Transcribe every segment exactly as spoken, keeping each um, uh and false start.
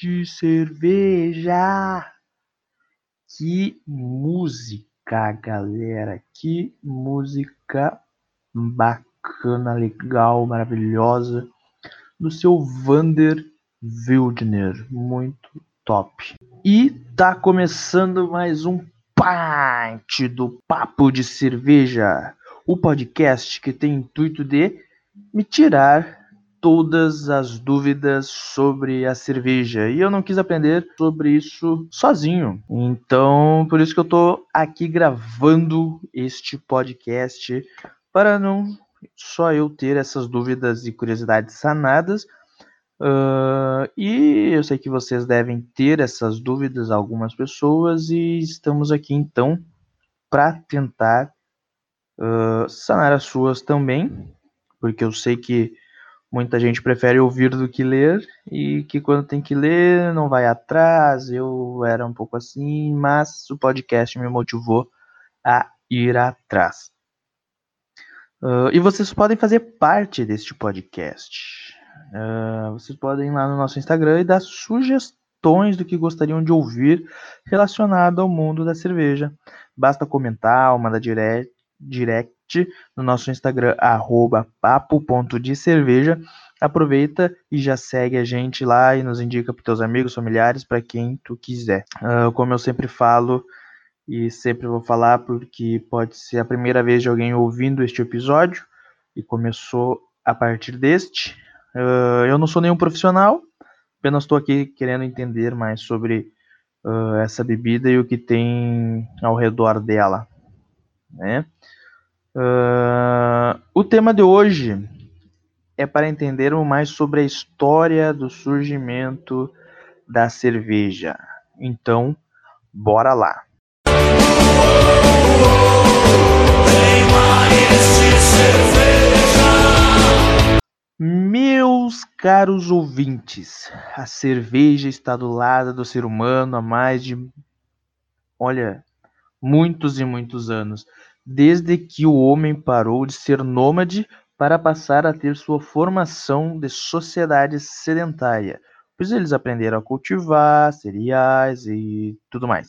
de cerveja. Que música, galera. Que música bacana, legal, maravilhosa. Do seu Vander Wildner. Muito top. E tá começando mais um Pint do Papo de Cerveja. O podcast que tem o intuito de me tirar todas as dúvidas sobre a cerveja. E eu não quis aprender sobre isso sozinho. Então, por isso que eu tô aqui gravando este podcast, para não só eu ter essas dúvidas e curiosidades sanadas. Uh, e eu sei que vocês devem ter essas dúvidas, algumas pessoas, e estamos aqui então para tentar uh, sanar as suas também, porque eu sei que muita gente prefere ouvir do que ler, e que quando tem que ler não vai atrás. Eu era um pouco assim, mas o podcast me motivou a ir atrás. Uh, e vocês podem fazer parte deste podcast. Uh, vocês podem ir lá no nosso Instagram e dar sugestões do que gostariam de ouvir relacionado ao mundo da cerveja. Basta comentar ou mandar direct, direct no nosso Instagram, arroba papo ponto de cerveja. Aproveita e já segue a gente lá e nos indica para teus amigos, familiares, para quem tu quiser. Uh, como eu sempre falo, e sempre vou falar porque pode ser a primeira vez de alguém ouvindo este episódio e começou a partir deste. Uh, eu não sou nenhum profissional, apenas estou aqui querendo entender mais sobre uh, essa bebida e o que tem ao redor dela, né? Uh, o tema de hoje é para entendermos mais sobre a história do surgimento da cerveja. Então, bora lá! Meus caros ouvintes, a cerveja está do lado do ser humano há mais de, olha, muitos e muitos anos, desde que o homem parou de ser nômade para passar a ter sua formação de sociedade sedentária, pois eles aprenderam a cultivar cereais e tudo mais.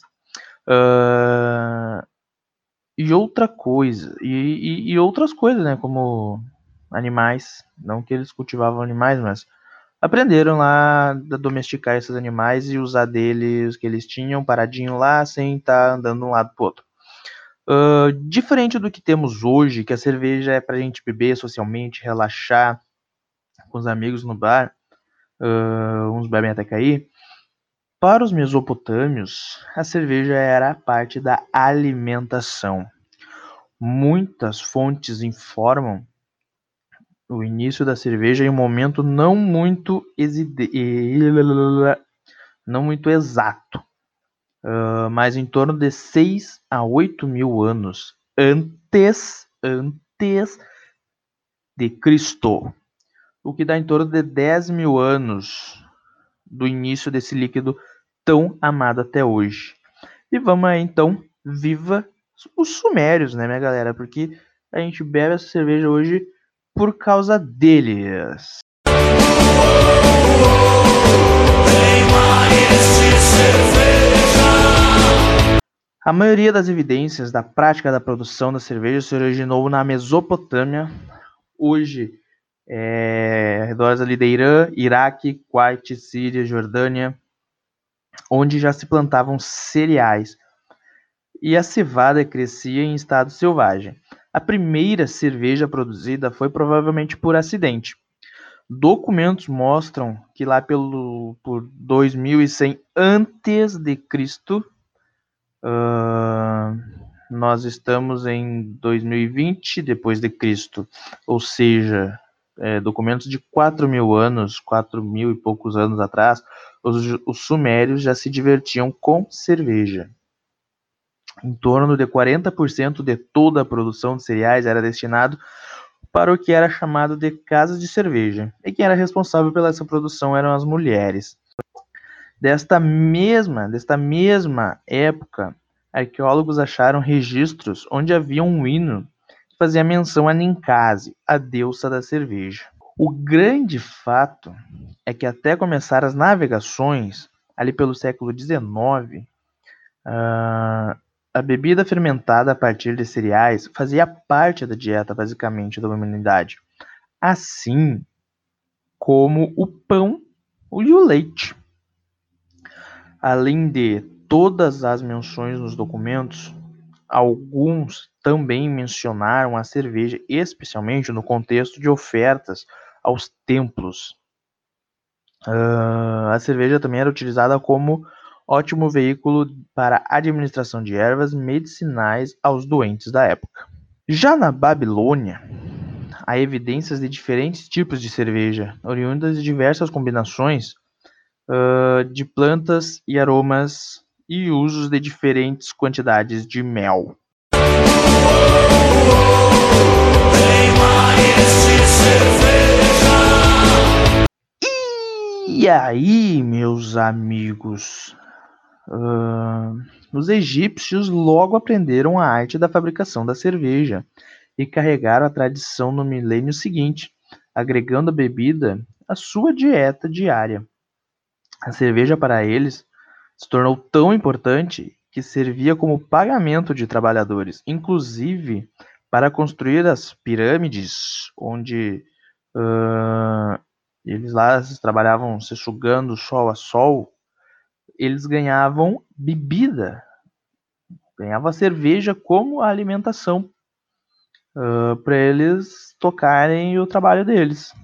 Uh, e outra coisa, e, e, e outras coisas, né, como animais, não que eles cultivavam animais, mas aprenderam lá a domesticar esses animais e usar deles que eles tinham paradinho lá, sem estar andando de um lado pro outro. Uh, diferente do que temos hoje, que a cerveja é pra gente beber socialmente, relaxar com os amigos no bar, uh, uns bebem até cair. Para os mesopotâmios, a cerveja era parte da alimentação. Muitas fontes informam o início da cerveja em um momento não muito exide... não muito exato, uh, mas em torno de seis a oito mil anos antes, antes de Cristo, o que dá em torno de dez mil anos do início desse líquido tão amado até hoje. E vamos aí então, viva os sumérios, né, minha galera? Porque a gente bebe essa cerveja hoje por causa deles. A maioria das evidências da prática da produção da cerveja se originou na Mesopotâmia, hoje é, redores ali de Irã, Iraque, Kuwait, Síria, Jordânia, onde já se plantavam cereais e a cevada crescia em estado selvagem. A primeira cerveja produzida foi provavelmente por acidente. Documentos mostram que lá pelo, por dois mil e cem antes de Cristo, uh, nós estamos em dois mil e vinte depois de Cristo, ou seja, é, documentos de quatro mil anos, quatro mil e poucos anos atrás, os, os sumérios já se divertiam com cerveja. Em torno de quarenta por cento de toda a produção de cereais era destinado para o que era chamado de casas de cerveja, e quem era responsável pela essa produção eram as mulheres. Desta mesma, desta mesma época, arqueólogos acharam registros onde havia um hino que fazia menção a Ninkasi, a deusa da cerveja. O grande fato é que até começar as navegações, ali pelo século dezenove, uh, a bebida fermentada a partir de cereais fazia parte da dieta, basicamente, da humanidade. Assim como o pão e o leite. Além de todas as menções nos documentos, alguns também mencionaram a cerveja, especialmente no contexto de ofertas aos templos. Uh, a cerveja também era utilizada como ótimo veículo para a administração de ervas medicinais aos doentes da época. Já na Babilônia, há evidências de diferentes tipos de cerveja, oriundas de diversas combinações uh, de plantas e aromas e usos de diferentes quantidades de mel. E aí, meus amigos, uh, os egípcios logo aprenderam a arte da fabricação da cerveja e carregaram a tradição no milênio seguinte, agregando a bebida à sua dieta diária. A cerveja para eles se tornou tão importante que servia como pagamento de trabalhadores, inclusive para construir as pirâmides, onde uh, eles lá trabalhavam se sugando sol a sol, eles ganhavam bebida, ganhavam cerveja como alimentação uh, para eles tocarem o trabalho deles.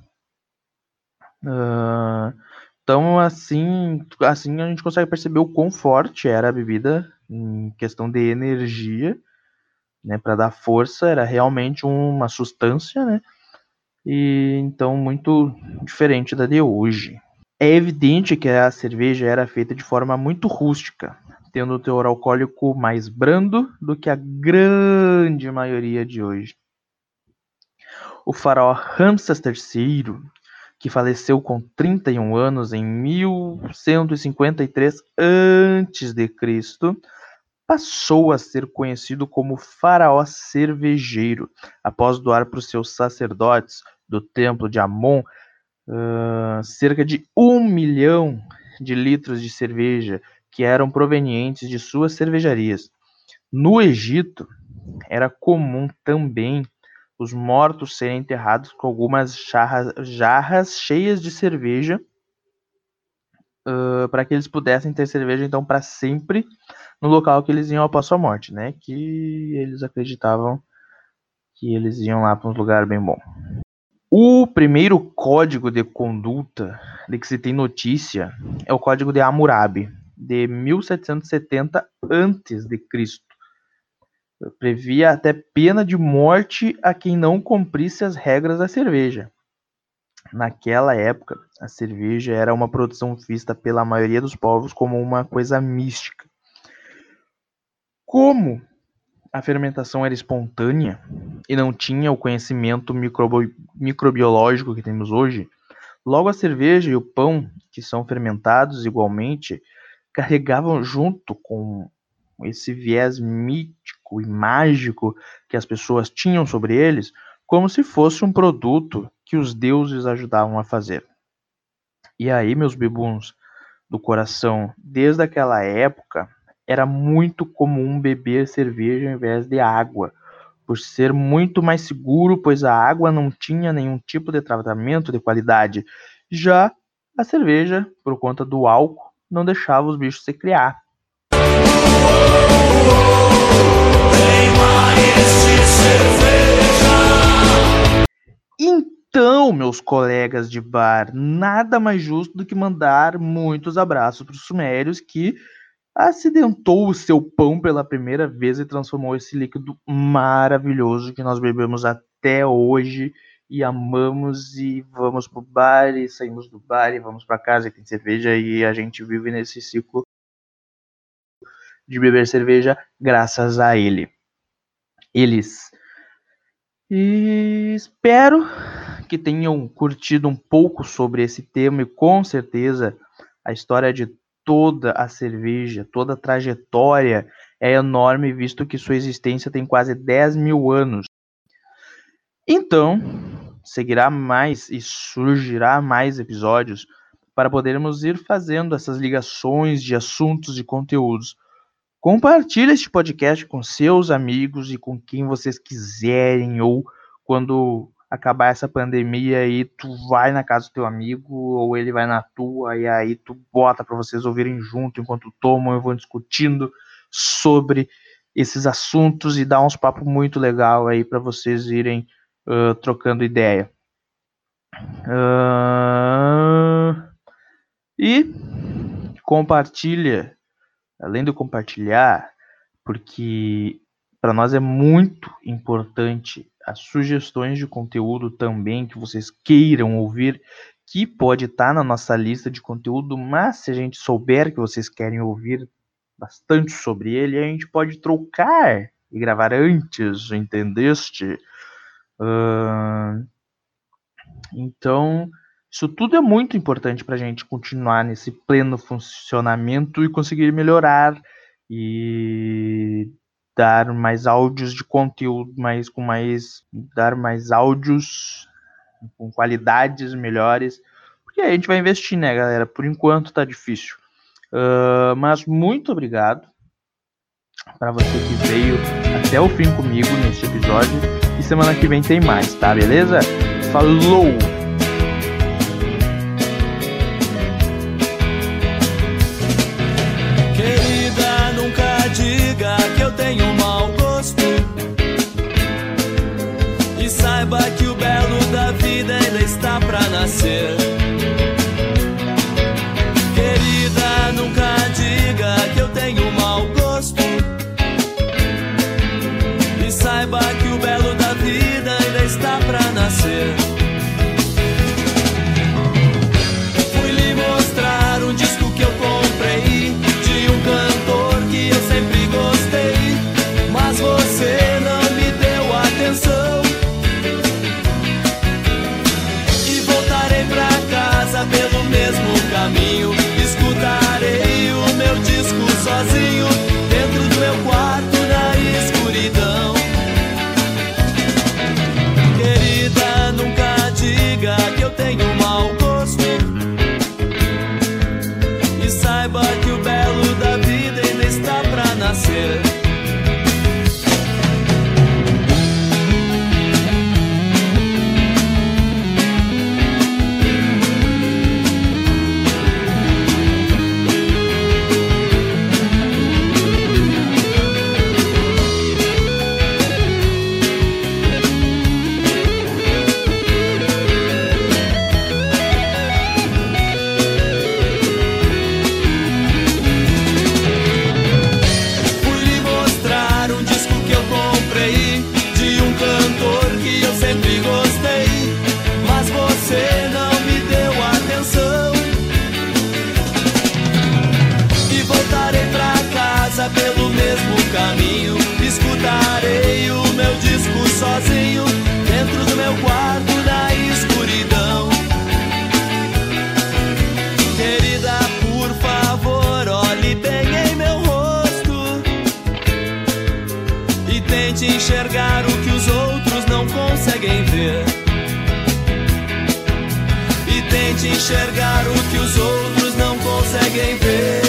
Uh, então, assim, assim a gente consegue perceber o quão forte era a bebida em questão de energia, né, para dar força, era realmente uma substância, né, e então muito diferente da de hoje. É evidente que a cerveja era feita de forma muito rústica, tendo o teor alcoólico mais brando do que a grande maioria de hoje. O faraó Ramsés terceiro, que faleceu com trinta e um anos em mil cento e cinquenta e três antes de Cristo, passou a ser conhecido como faraó cervejeiro, após doar para os seus sacerdotes do templo de Amon uh, cerca de um milhão de litros de cerveja que eram provenientes de suas cervejarias. No Egito, era comum também os mortos serem enterrados com algumas jarras, jarras cheias de cerveja uh, para que eles pudessem ter cerveja então para sempre no local que eles iam após sua morte, né? Que eles acreditavam que eles iam lá para um lugar bem bom. O primeiro código de conduta de que se tem notícia é o Código de Hammurabi, de mil setecentos e setenta antes de Cristo. Previa até pena de morte a quem não cumprisse as regras da cerveja. Naquela época, a cerveja era uma produção vista pela maioria dos povos como uma coisa mística. Como a fermentação era espontânea e não tinha o conhecimento microbi- microbiológico que temos hoje, logo a cerveja e o pão, que são fermentados igualmente, carregavam junto com esse viés mítico e mágico que as pessoas tinham sobre eles, como se fosse um produto que os deuses ajudavam a fazer. E aí, meus bebuns do coração, desde aquela época, era muito comum beber cerveja ao invés de água, por ser muito mais seguro, pois a água não tinha nenhum tipo de tratamento de qualidade. Já a cerveja, por conta do álcool, não deixava os bichos se criar. Então, meus colegas de bar, nada mais justo do que mandar muitos abraços para os sumérios que acidentou o seu pão pela primeira vez e transformou esse líquido maravilhoso que nós bebemos até hoje e amamos, e vamos pro bar e saímos do bar e vamos para casa e tem cerveja, e a gente vive nesse ciclo de beber cerveja graças a ele. Eles. E espero que tenham curtido um pouco sobre esse tema, e com certeza a história de toda a cerveja, toda a trajetória é enorme, visto que sua existência tem quase dez mil anos. Então, seguirá mais e surgirá mais episódios para podermos ir fazendo essas ligações de assuntos e conteúdos. Compartilhe este podcast com seus amigos e com quem vocês quiserem, ou quando acabar essa pandemia aí, tu vai na casa do teu amigo ou ele vai na tua, e aí tu bota para vocês ouvirem junto enquanto tomam e vão discutindo sobre esses assuntos e dá uns papos muito legal aí para vocês irem uh, trocando ideia. Uh... E compartilha, além de compartilhar, porque para nós é muito importante as sugestões de conteúdo também que vocês queiram ouvir, que pode estar na nossa lista de conteúdo, mas se a gente souber que vocês querem ouvir bastante sobre ele, a gente pode trocar e gravar antes, entendeste? Uh... Então, isso tudo é muito importante para a gente continuar nesse pleno funcionamento e conseguir melhorar e dar mais áudios de conteúdo, mais com mais dar mais áudios com qualidades melhores, porque a gente vai investir, né, galera? Por enquanto tá difícil, uh, mas muito obrigado para você que veio até o fim comigo neste episódio, e semana que vem tem mais, tá? Beleza? Falou! Querida, nunca diga que eu tenho mau gosto, e saiba que o belo da vida ainda está pra nascer. Querida, nunca diga que eu tenho mau gosto, e saiba que o belo da vida ainda está pra nascer. Fui lhe mostrar um disco que eu comprei de um cantor que eu sempre gostei, mas você não me deu atenção. E voltarei pra casa pelo mesmo caminho, escutarei o meu disco sozinho, dentro do meu quarto na escuridão. Querida, nunca diga que eu tenho mau gosto, e saiba que o belo da vida ainda está pra nascer. Pelo mesmo caminho, escutarei o meu disco sozinho, dentro do meu quarto na escuridão. Querida, por favor, olhe bem em meu rosto e tente enxergar o que os outros não conseguem ver. E tente enxergar o que os outros não conseguem ver.